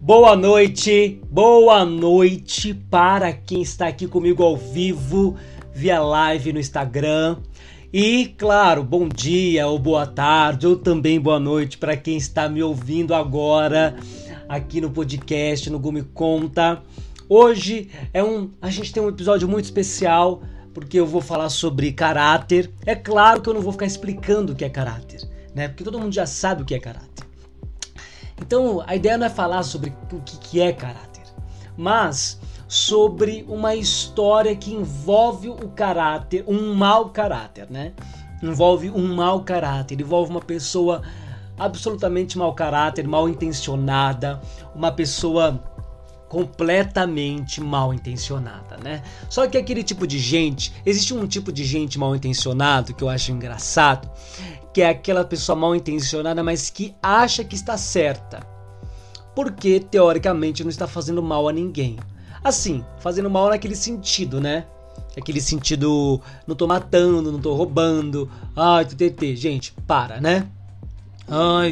Boa noite para quem está aqui comigo ao vivo, via live no Instagram. E, claro, bom dia ou boa tarde ou também boa noite para quem está me ouvindo agora aqui no podcast, no Gu Me Conta. Hoje a gente tem um episódio muito especial porque eu vou falar sobre caráter. É claro que eu não vou ficar explicando o que é caráter, né? Porque todo mundo já sabe o que é caráter. Então, a ideia não é falar sobre o que é caráter, mas sobre uma história que envolve o caráter, um mau caráter, né? Envolve um mau caráter, envolve uma pessoa absolutamente mau caráter, mal intencionada, uma pessoa completamente mal intencionada, né? Só que aquele tipo de gente, existe um tipo de gente mal intencionado que eu acho engraçado, que é aquela pessoa mal intencionada, mas que acha que está certa, porque teoricamente não está fazendo mal a ninguém. Assim, fazendo mal naquele sentido, né? Aquele sentido, não tô matando, não tô roubando, ai, TTT, gente, para, né? Ai,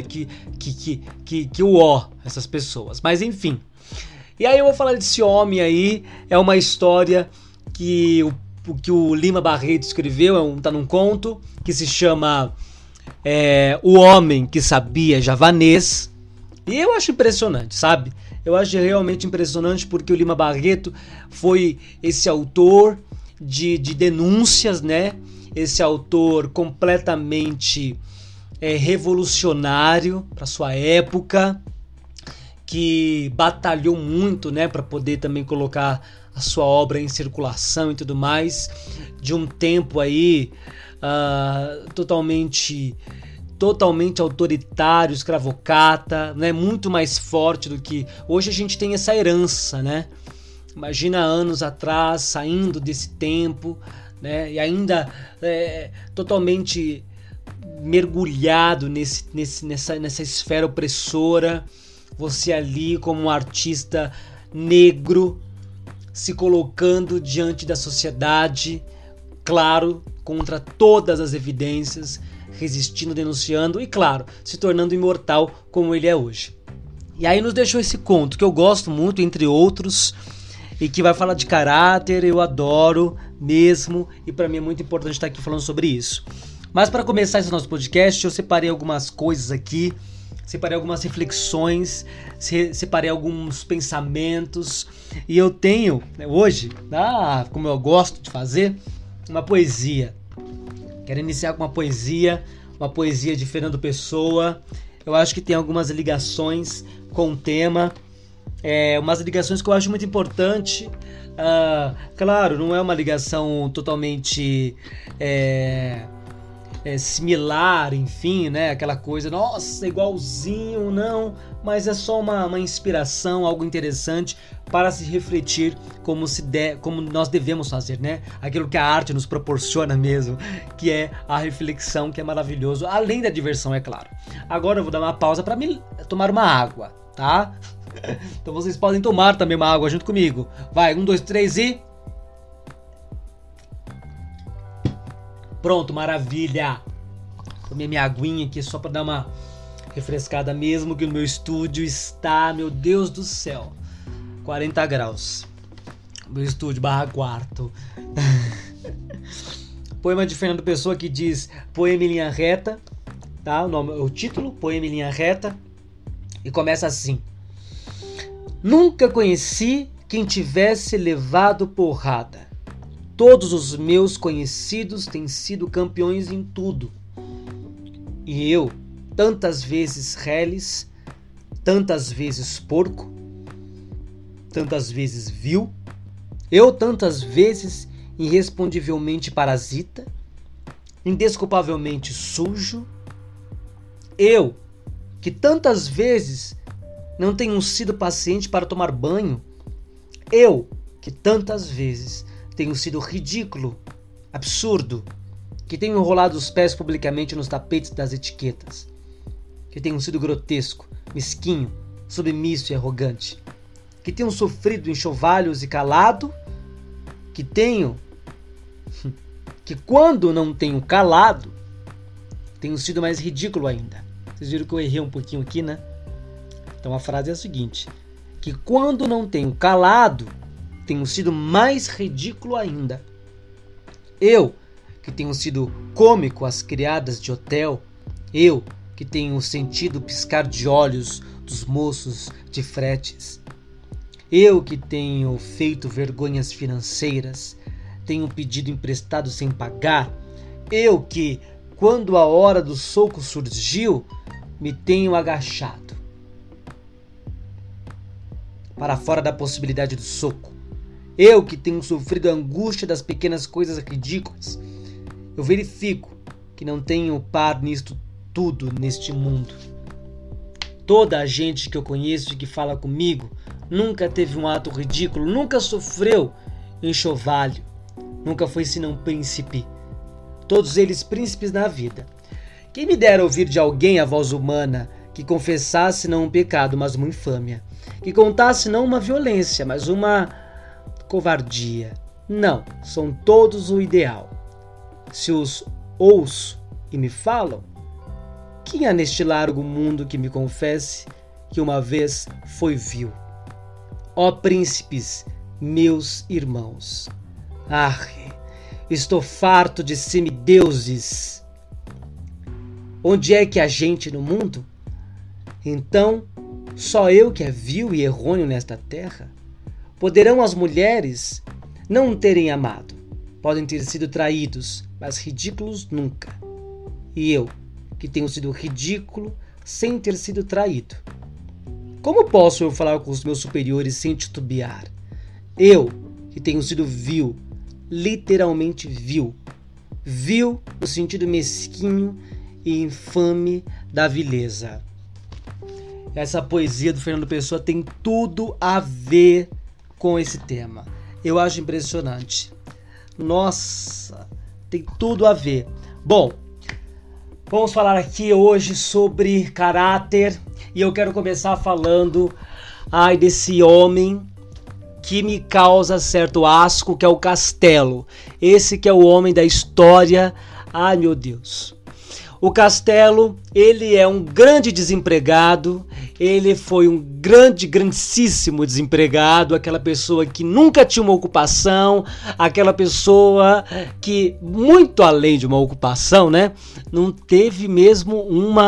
que uó, essas pessoas, mas enfim. E aí eu vou falar desse homem aí, é uma história que o Lima Barreto escreveu, tá num conto, que se chama O Homem que Sabia Javanês. E eu acho impressionante, sabe? Eu acho realmente impressionante porque o Lima Barreto foi esse autor de denúncias, né? Esse autor completamente revolucionário para sua época, que batalhou muito, né, para poder também colocar a sua obra em circulação e tudo mais, de um tempo aí totalmente autoritário, escravocrata, né, muito mais forte do que hoje. A gente tem essa herança, né? Imagina anos atrás, saindo desse tempo, né, e ainda totalmente mergulhado nessa esfera opressora. Você ali como um artista negro se colocando diante da sociedade, claro, contra todas as evidências, resistindo, denunciando e, claro, se tornando imortal como ele é hoje. E aí nos deixou esse conto que eu gosto muito, entre outros, e que vai falar de caráter. Eu adoro mesmo, e para mim é muito importante estar aqui falando sobre isso. Mas para começar esse nosso podcast, eu separei algumas coisas aqui, separei algumas reflexões, separei alguns pensamentos, e eu tenho hoje, como eu gosto de fazer, uma poesia. Quero iniciar com uma poesia de Fernando Pessoa. Eu acho que tem algumas ligações com o tema, umas ligações que eu acho muito importante. Claro, não é uma ligação totalmente similar, enfim, né? Aquela coisa, nossa, igualzinho, não, mas é só uma inspiração, algo interessante para se refletir como nós devemos fazer, né? Aquilo que a arte nos proporciona mesmo, que é a reflexão, que é maravilhoso, além da diversão, é claro. Agora eu vou dar uma pausa para me tomar uma água, tá? Então vocês podem tomar também uma água junto comigo. Vai, 1, 2, 3 e... Pronto, maravilha! Tomei minha aguinha aqui só para dar uma refrescada mesmo, que o meu estúdio está, meu Deus do céu, 40 graus. Meu estúdio /quarto. Poema de Fernando Pessoa que diz Poema em linha reta, tá? O título, Poema em linha reta, e começa assim: Nunca conheci quem tivesse levado porrada. Todos os meus conhecidos têm sido campeões em tudo. E eu, tantas vezes reles, tantas vezes porco, tantas vezes vil, eu tantas vezes irrespondivelmente parasita, indesculpavelmente sujo, eu, que tantas vezes não tenho sido paciente para tomar banho, eu, que tantas vezes tenho sido ridículo, absurdo, que tenho enrolado os pés publicamente nos tapetes das etiquetas, que tenho sido grotesco, mesquinho, submisso e arrogante, que tenho sofrido enxovalhos e calado, que quando não tenho calado, tenho sido mais ridículo ainda. Vocês viram que eu errei um pouquinho aqui, né? Então a frase é a seguinte: que quando não tenho calado, tenho sido mais ridículo ainda. Eu, que tenho sido cômico às criadas de hotel, eu, que tenho sentido o piscar de olhos dos moços de fretes, eu que tenho feito vergonhas financeiras, tenho pedido emprestado sem pagar, eu que, quando a hora do soco surgiu, me tenho agachado para fora da possibilidade do soco. Eu que tenho sofrido a angústia das pequenas coisas ridículas. Eu verifico que não tenho par nisto tudo neste mundo. Toda a gente que eu conheço e que fala comigo nunca teve um ato ridículo, nunca sofreu enxovalho, nunca foi senão príncipe. Todos eles príncipes na vida. Quem me dera ouvir de alguém a voz humana que confessasse não um pecado, mas uma infâmia, que contasse não uma violência, mas uma covardia. Não, são todos o ideal. Se os ouço e me falam, quem há neste largo mundo que me confesse que uma vez foi vil? Ó príncipes, meus irmãos, estou farto de semideuses. Onde é que há gente no mundo? Então, só eu que é vil e errôneo nesta terra? Poderão as mulheres não terem amado, podem ter sido traídos, mas ridículos nunca. E eu, que tenho sido ridículo sem ter sido traído, como posso eu falar com os meus superiores sem titubear? Eu, que tenho sido vil, literalmente vil, vil no sentido mesquinho e infame da vileza. Essa poesia do Fernando Pessoa tem tudo a ver com esse tema. Eu acho impressionante. Nossa, tem tudo a ver. Bom, vamos falar aqui hoje sobre caráter e eu quero começar falando desse homem que me causa certo asco, que é o Castelo. Esse que é o homem da história. Ai, meu Deus. O Castelo, ele é um grande desempregado, ele foi um grandíssimo desempregado, aquela pessoa que nunca tinha uma ocupação, aquela pessoa que, muito além de uma ocupação, né, não teve mesmo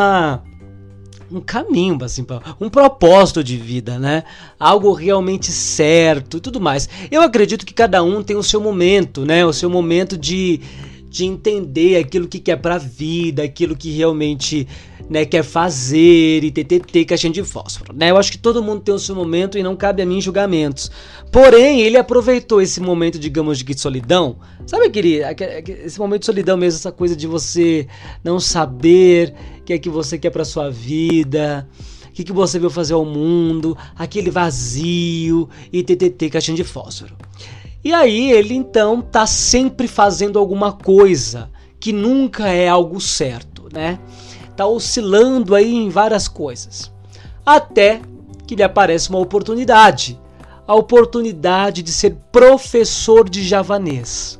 um caminho, assim, um propósito de vida, né, algo realmente certo e tudo mais. Eu acredito que cada um tem o seu momento, né, o seu momento de entender aquilo que quer pra vida, aquilo que realmente, né, quer fazer e ter caixinha de fósforo, né? Eu acho que todo mundo tem o seu momento e não cabe a mim julgamentos. Porém, ele aproveitou esse momento, digamos, de solidão. Sabe esse momento de solidão mesmo, essa coisa de você não saber o que é que você quer pra sua vida, o que você veio fazer ao mundo, aquele vazio e ter caixinha de fósforo. E aí ele então tá sempre fazendo alguma coisa que nunca é algo certo, né? Tá oscilando aí em várias coisas. Até que lhe aparece uma oportunidade. A oportunidade de ser professor de javanês.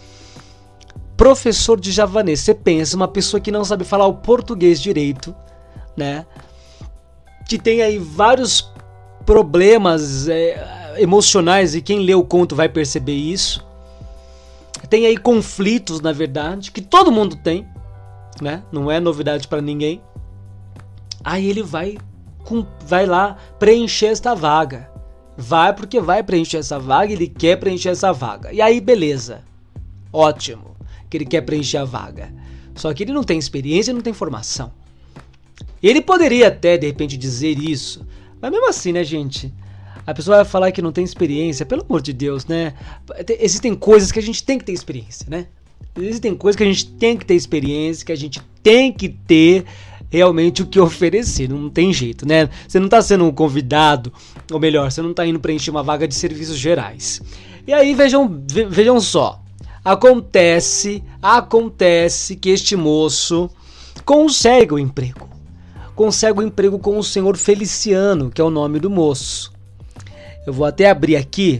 Professor de javanês. Você pensa, uma pessoa que não sabe falar o português direito, né? Que tem aí vários problemas emocionais, e quem lê o conto vai perceber isso. Tem aí conflitos, na verdade, que todo mundo tem, né? Não é novidade para ninguém. Aí ele vai lá preencher esta vaga. Vai porque vai preencher essa vaga, ele quer preencher essa vaga. E aí, beleza. Ótimo que ele quer preencher a vaga. Só que ele não tem experiência e não tem formação. Ele poderia até, de repente, dizer isso. Mas mesmo assim, né, gente? A pessoa vai falar que não tem experiência, pelo amor de Deus, né? Existem coisas que a gente tem que ter experiência, né? Existem coisas que a gente tem que ter experiência, que a gente tem que ter realmente o que oferecer, não tem jeito, né? Você não tá sendo um convidado, ou melhor, você não tá indo preencher uma vaga de serviços gerais. E aí, vejam só, acontece que este moço consegue o emprego. Consegue o emprego com o senhor Feliciano, que é o nome do moço. Eu vou até abrir aqui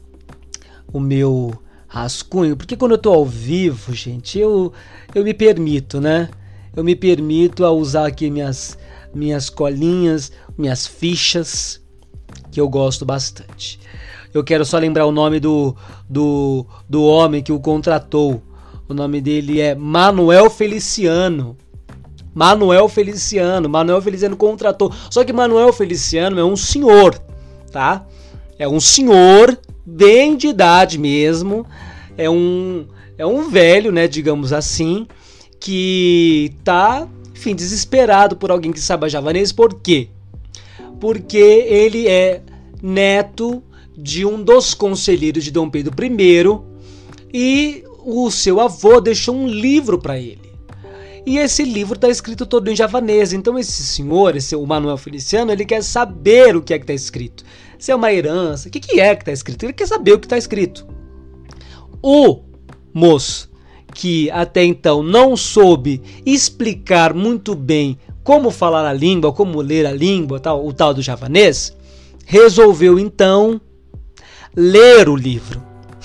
o meu rascunho, porque quando eu tô ao vivo, gente, eu me permito, né? Eu me permito a usar aqui minhas colinhas, minhas fichas, que eu gosto bastante. Eu quero só lembrar o nome do homem que o contratou. O nome dele é Manuel Feliciano. Manuel Feliciano contratou. Só que Manuel Feliciano é um senhor, tá? É um senhor bem de idade mesmo. É um velho, né, digamos assim, que tá, enfim, desesperado por alguém que saiba javanês. Por quê? Porque ele é neto de um dos conselheiros de Dom Pedro I e o seu avô deixou um livro para ele. E esse livro está escrito todo em javanês. Então esse senhor, o Manuel Feliciano, ele quer saber o que é que está escrito. Se é uma herança, o que é que está escrito? Ele quer saber o que está escrito. O moço, que até então não soube explicar muito bem como falar a língua, como ler a língua, o tal do javanês, resolveu então ler o livro.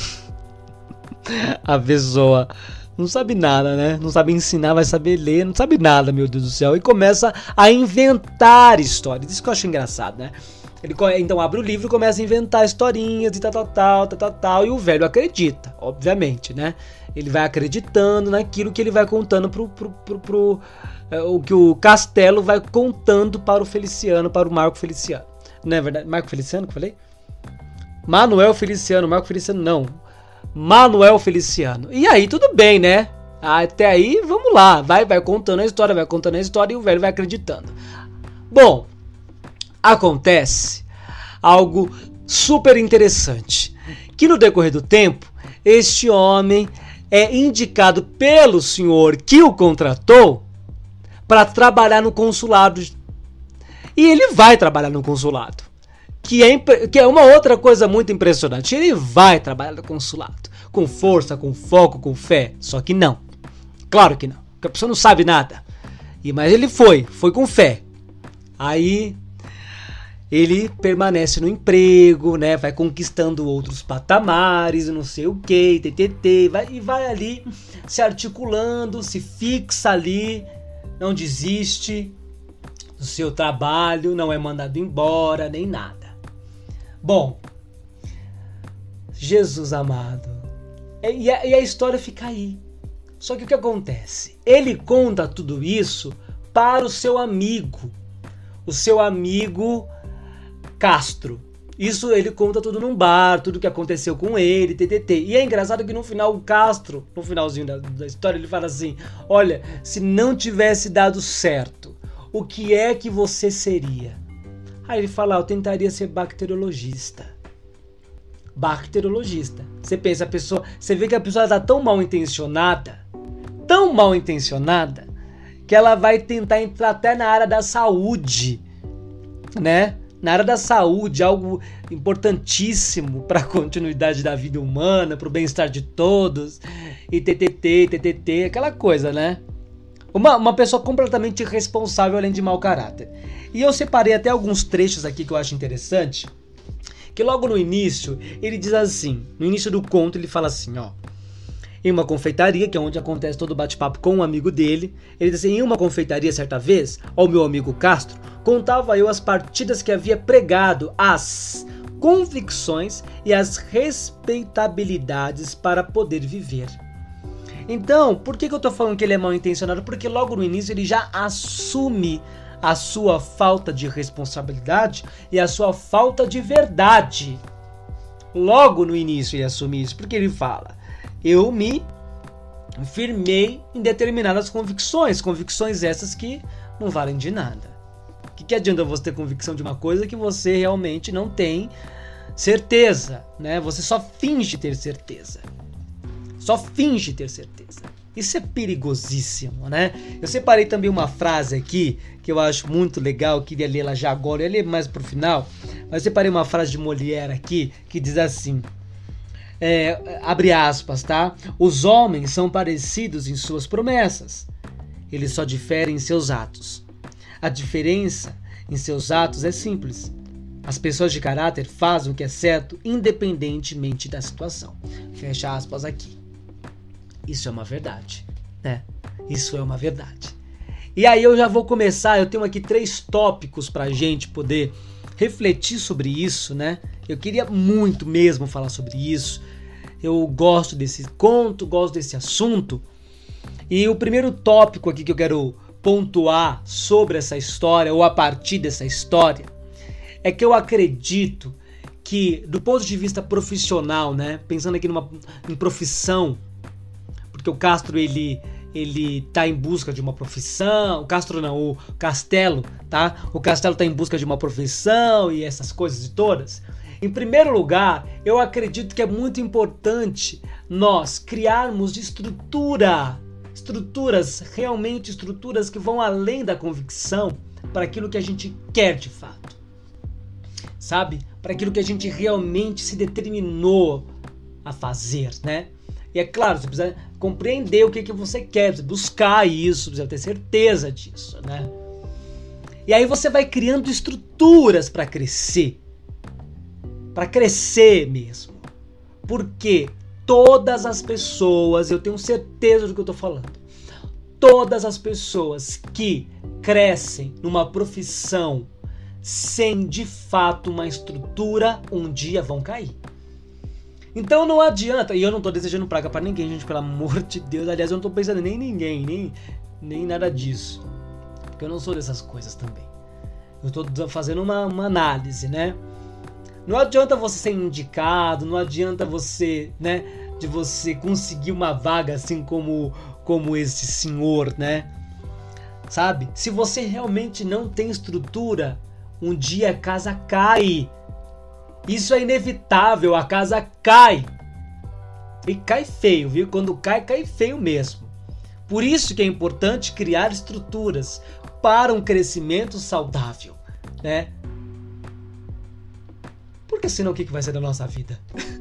A pessoa não sabe nada, né? Não sabe ensinar, vai saber ler, não sabe nada, meu Deus do céu. E começa a inventar histórias. Isso que eu acho engraçado, né? Ele então abre o livro e começa a inventar historinhas e tal. E o velho acredita, obviamente, né? Ele vai acreditando naquilo que ele vai contando o que o Castelo vai contando para o Feliciano, para o Marco Feliciano. Não é verdade? Marco Feliciano que eu falei? Manuel Feliciano, Marco Feliciano não. Manuel Feliciano. E aí tudo bem, né? Até aí vamos lá, vai contando a história e o velho vai acreditando. Bom, acontece algo super interessante, que no decorrer do tempo, este homem é indicado pelo senhor que o contratou para trabalhar no consulado. E ele vai trabalhar no consulado. Que é uma outra coisa muito impressionante. Ele vai trabalhar no consulado. Com força, com foco, com fé. Só que não. Claro que não. Porque a pessoa não sabe nada. Mas ele foi com fé. Aí ele permanece no emprego, né? Vai conquistando outros patamares, não sei o que, vai ali se articulando, se fixa ali, não desiste do seu trabalho, não é mandado embora, nem nada. Bom, Jesus amado, e a história fica aí. Só que o que acontece? Ele conta tudo isso para o seu amigo Castro. Isso ele conta tudo num bar, tudo que aconteceu com ele, E é engraçado que no final o Castro, no finalzinho da história, ele fala assim: olha, se não tivesse dado certo, o que é que você seria? Aí ele fala: eu tentaria ser bacteriologista. Bacteriologista. Você pensa, você vê que a pessoa está tão mal intencionada, que ela vai tentar entrar até na área da saúde, né? Na área da saúde, algo importantíssimo para a continuidade da vida humana, para o bem-estar de todos, e aquela coisa, né? Uma pessoa completamente irresponsável, além de mau caráter. E eu separei até alguns trechos aqui que eu acho interessante, que logo no início, ele diz assim, no início do conto ele fala assim, ó: em uma confeitaria, que é onde acontece todo o bate-papo com um amigo dele, ele diz assim: em uma confeitaria certa vez, ao meu amigo Castro, contava eu as partidas que havia pregado, as convicções e as respeitabilidades para poder viver. Então, por que eu tô falando que ele é mal intencionado? Porque logo no início ele já assume a sua falta de responsabilidade e a sua falta de verdade. Logo no início ele assume isso, porque ele fala: eu me firmei em determinadas convicções essas que não valem de nada. O que adianta você ter convicção de uma coisa que você realmente não tem certeza, né? Você só finge ter certeza. Isso é perigosíssimo, né? Eu separei também uma frase aqui que eu acho muito legal, eu queria lê-la já agora, eu ia ler mais pro final, mas eu separei uma frase de Molière aqui que diz assim, abre aspas, tá? Os homens são parecidos em suas promessas, eles só diferem em seus atos. A diferença em seus atos é simples. As pessoas de caráter fazem o que é certo independentemente da situação. Fecha aspas aqui. Isso é uma verdade, né? Isso é uma verdade. E aí eu já vou começar, eu tenho aqui 3 tópicos pra gente poder refletir sobre isso, né? Eu queria muito mesmo falar sobre isso. Eu gosto desse conto, gosto desse assunto. E o primeiro tópico aqui que eu quero pontuar sobre essa história, ou a partir dessa história, é que eu acredito que, do ponto de vista profissional, né? Pensando aqui em profissão, porque o Castro, ele tá em busca de uma profissão, o Castelo, tá? O Castelo tá em busca de uma profissão e essas coisas todas. Em primeiro lugar, eu acredito que é muito importante nós criarmos estruturas que vão além da convicção para aquilo que a gente quer de fato, sabe? Para aquilo que a gente realmente se determinou a fazer, né? E é claro, você precisa compreender o que você quer, precisa buscar isso, precisa ter certeza disso, né? E aí você vai criando estruturas para crescer mesmo. Porque todas as pessoas, eu tenho certeza do que eu estou falando, todas as pessoas que crescem numa profissão sem de fato uma estrutura, um dia vão cair. Então não adianta, e eu não tô desejando praga pra ninguém, gente, pelo amor de Deus. Aliás, eu não tô pensando nem em ninguém, nem nada disso. Porque eu não sou dessas coisas também. Eu tô fazendo uma análise, né? Não adianta você ser indicado, não adianta você, né, de você conseguir uma vaga assim como esse senhor, né? Sabe? Se você realmente não tem estrutura, um dia a casa cai. Isso é inevitável, a casa cai. E cai feio, viu? Quando cai feio mesmo. Por isso que é importante criar estruturas para um crescimento saudável, né? Porque senão o que vai ser da nossa vida?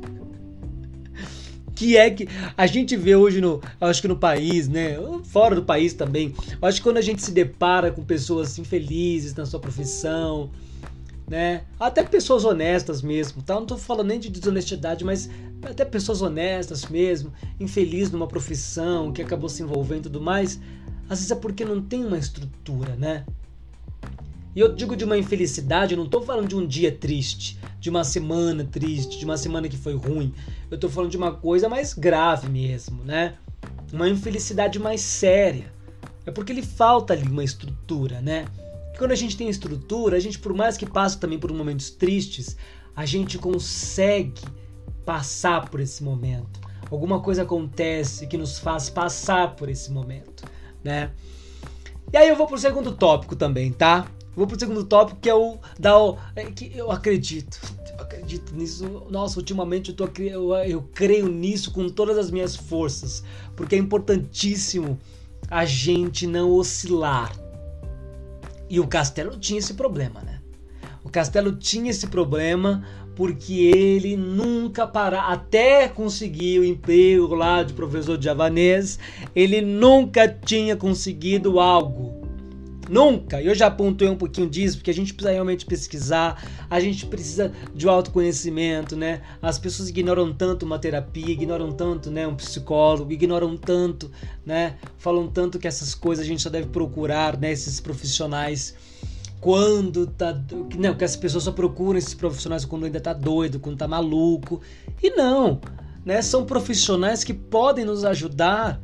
Que é que a gente vê hoje acho que no país, né? Fora do país também. Eu acho que quando a gente se depara com pessoas infelizes na sua profissão, né? Até pessoas honestas mesmo, tá? Não tô falando nem de desonestidade, mas até pessoas honestas mesmo, infelizes numa profissão, que acabou se envolvendo e tudo mais, às vezes é porque não tem uma estrutura, né? E eu digo de uma infelicidade, eu não tô falando de um dia triste, de uma semana triste, de uma semana que foi ruim. Eu tô falando de uma coisa mais grave mesmo, né? Uma infelicidade mais séria. É porque lhe falta ali uma estrutura, né? Quando a gente tem estrutura, a gente, por mais que passe também por momentos tristes, a gente consegue passar por esse momento. Alguma coisa acontece que nos faz passar por esse momento, né? E aí eu vou pro segundo tópico também, tá? Vou pro segundo tópico, que é que eu acredito nisso. Nossa, ultimamente eu creio nisso com todas as minhas forças, porque é importantíssimo a gente não oscilar. E o Castelo tinha esse problema, né? O Castelo tinha esse problema porque ele nunca até conseguir o emprego lá de professor de javanês, ele nunca tinha conseguido algo. Nunca! Eu já pontuei um pouquinho disso, porque a gente precisa realmente pesquisar, a gente precisa de autoconhecimento, né? As pessoas ignoram tanto uma terapia, ignoram tanto, né, um psicólogo, ignoram tanto, né? Falam tanto que essas coisas a gente só deve procurar, né, esses profissionais quando tá... Não, que as pessoas só procuram esses profissionais quando ainda tá doido, quando tá maluco. E não, né? São profissionais que podem nos ajudar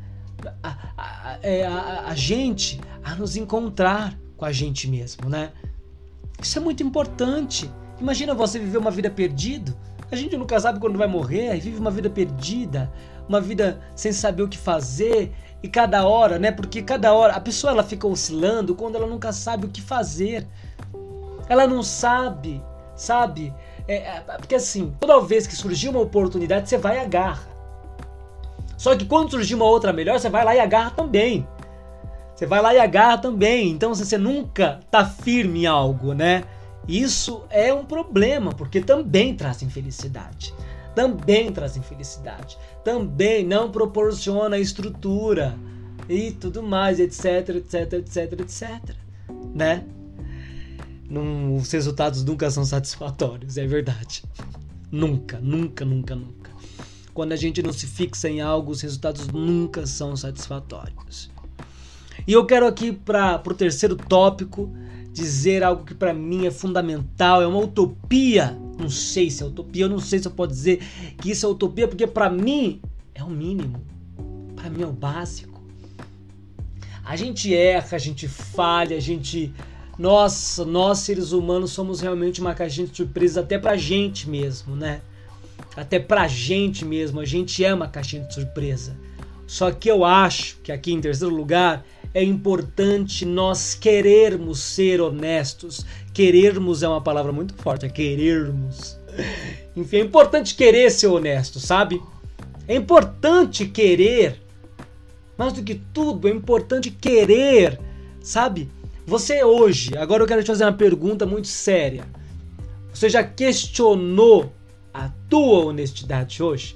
a gente a nos encontrar com a gente mesmo, né? Isso é muito importante. Imagina você viver uma vida perdida. A gente nunca sabe quando vai morrer, e vive uma vida perdida, uma vida sem saber o que fazer, e cada hora, né? Porque cada hora a pessoa ela fica oscilando quando ela nunca sabe o que fazer. Ela não sabe, sabe? Porque assim, toda vez que surgir uma oportunidade, você vai e agarra. Só que quando surgir uma outra melhor, você vai lá e agarra também. Você vai lá e agarra também. Então você nunca tá firme em algo, né? Isso é um problema, porque também traz infelicidade. Também não proporciona estrutura e tudo mais, etc, né? Os resultados nunca são satisfatórios, é verdade. Nunca. Quando a gente não se fixa em algo, os resultados nunca são satisfatórios. E eu quero aqui para o terceiro tópico, dizer algo que para mim é fundamental, é uma utopia. Não sei se é utopia, eu não sei se eu posso dizer que isso é utopia, porque para mim é o mínimo, para mim é o básico. A gente erra, a gente falha, nós seres humanos somos realmente uma caixinha de surpresa até pra gente mesmo, né? Até pra gente mesmo, a gente é uma caixinha de surpresa. Só que eu acho que aqui em terceiro lugar é importante nós querermos ser honestos. Querermos é uma palavra muito forte, é querermos. Enfim, é importante querer ser honesto, sabe? É importante querer. Mais do que tudo, é importante querer, sabe? Você hoje, agora eu quero te fazer uma pergunta muito séria. Você já questionou a tua honestidade hoje?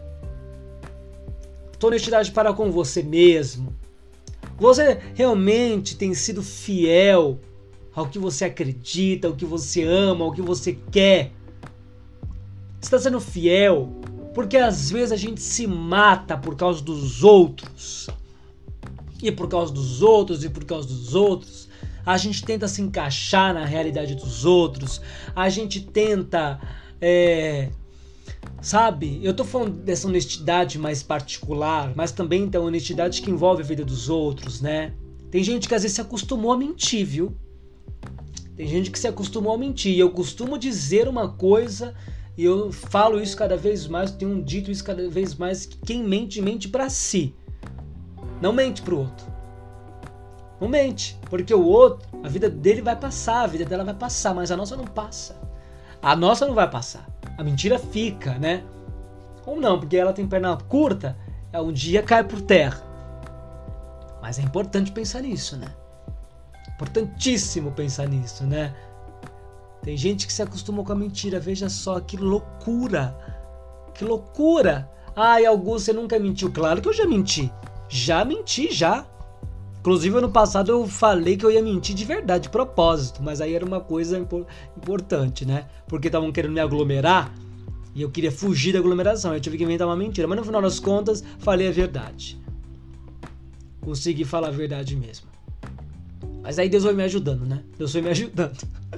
Tua honestidade para com você mesmo. Você realmente tem sido fiel ao que você acredita, ao que você ama, ao que você quer? Você está sendo fiel? Porque às vezes a gente se mata por causa dos outros. E por causa dos outros, e por causa dos outros. A gente tenta se encaixar na realidade dos outros. A gente tenta... Sabe? Eu tô falando dessa honestidade mais particular, mas também da honestidade que envolve a vida dos outros, né? Tem gente que às vezes se acostumou a mentir, viu? Tem gente que se acostumou a mentir. E eu costumo dizer uma coisa, e eu falo isso cada vez mais, tenho dito isso cada vez mais, que quem mente, mente pra si. Não mente pro outro. Não mente, porque o outro, a vida dele vai passar, a vida dela vai passar, mas a nossa não passa. A nossa não vai passar. A mentira fica, né? Ou não, porque ela tem perna curta, um dia cai por terra. Mas é importante pensar nisso, né? Importantíssimo pensar nisso, né? Tem gente que se acostumou com a mentira, veja só, que loucura! Que loucura! Ai, Augusto, você nunca mentiu. Claro que eu já menti. Já menti, já. Inclusive, ano passado eu falei que eu ia mentir de verdade, de propósito, mas aí era uma coisa importante, né? Porque estavam querendo me aglomerar e eu queria fugir da aglomeração, eu tive que inventar uma mentira, mas no final das contas, falei a verdade. Consegui falar a verdade mesmo. Mas aí Deus vai me ajudando, né? Deus foi me ajudando.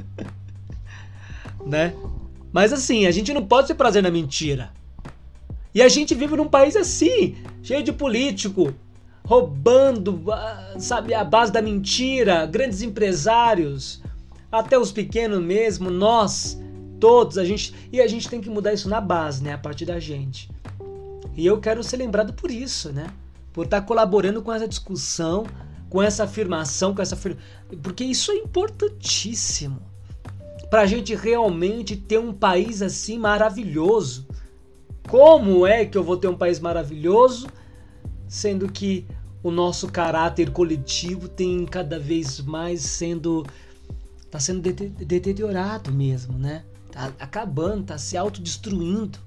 Né? Mas assim, a gente não pode ter prazer na mentira. E a gente vive num país assim, cheio de político, roubando, sabe, a base da mentira, grandes empresários, até os pequenos mesmo, nós, todos, a gente tem que mudar isso na base, né, a partir da gente. E eu quero ser lembrado por isso, né, por estar colaborando com essa discussão, com essa afirmação, porque isso é importantíssimo, para a gente realmente ter um país assim maravilhoso. Como é que eu vou ter um país maravilhoso, sendo que o nosso caráter coletivo tem cada vez mais está sendo deteriorado mesmo, né? Tá acabando, tá se autodestruindo.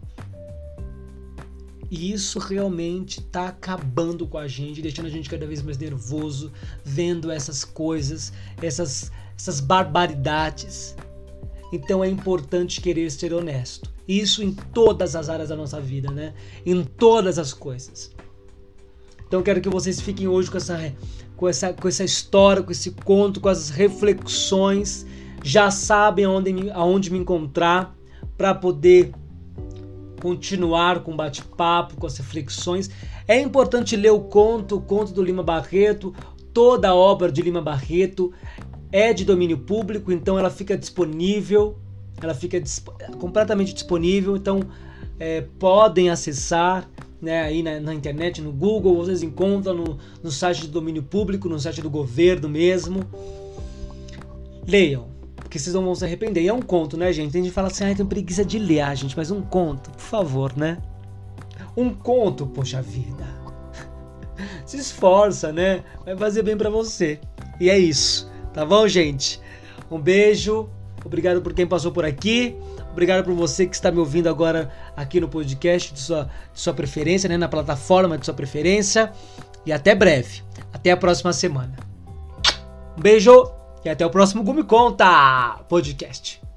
E isso realmente tá acabando com a gente, deixando a gente cada vez mais nervoso, vendo essas coisas, essas barbaridades. Então é importante querer ser honesto. Isso em todas as áreas da nossa vida, né? Em todas as coisas. Então eu quero que vocês fiquem hoje com essa história, com esse conto, com as reflexões. Já sabem aonde me encontrar para poder continuar com o bate-papo, com as reflexões. É importante ler o conto do Lima Barreto. Toda a obra de Lima Barreto é de domínio público, então ela fica disponível, completamente disponível. Então podem acessar, né, aí na internet, no Google, vocês encontram no site de domínio público, no site do governo mesmo. Leiam, porque vocês não vão se arrepender. E é um conto, né, gente? Tem gente que fala assim, tenho preguiça de ler, gente, mas um conto, por favor, né? Um conto, poxa vida. Se esforça, né? Vai fazer bem pra você. E é isso, tá bom, gente? Um beijo, obrigado por quem passou por aqui. Obrigado por você que está me ouvindo agora aqui no podcast de sua preferência, né? Na plataforma de sua preferência. E até breve. Até a próxima semana. Um beijo e até o próximo Gumi Conta Podcast.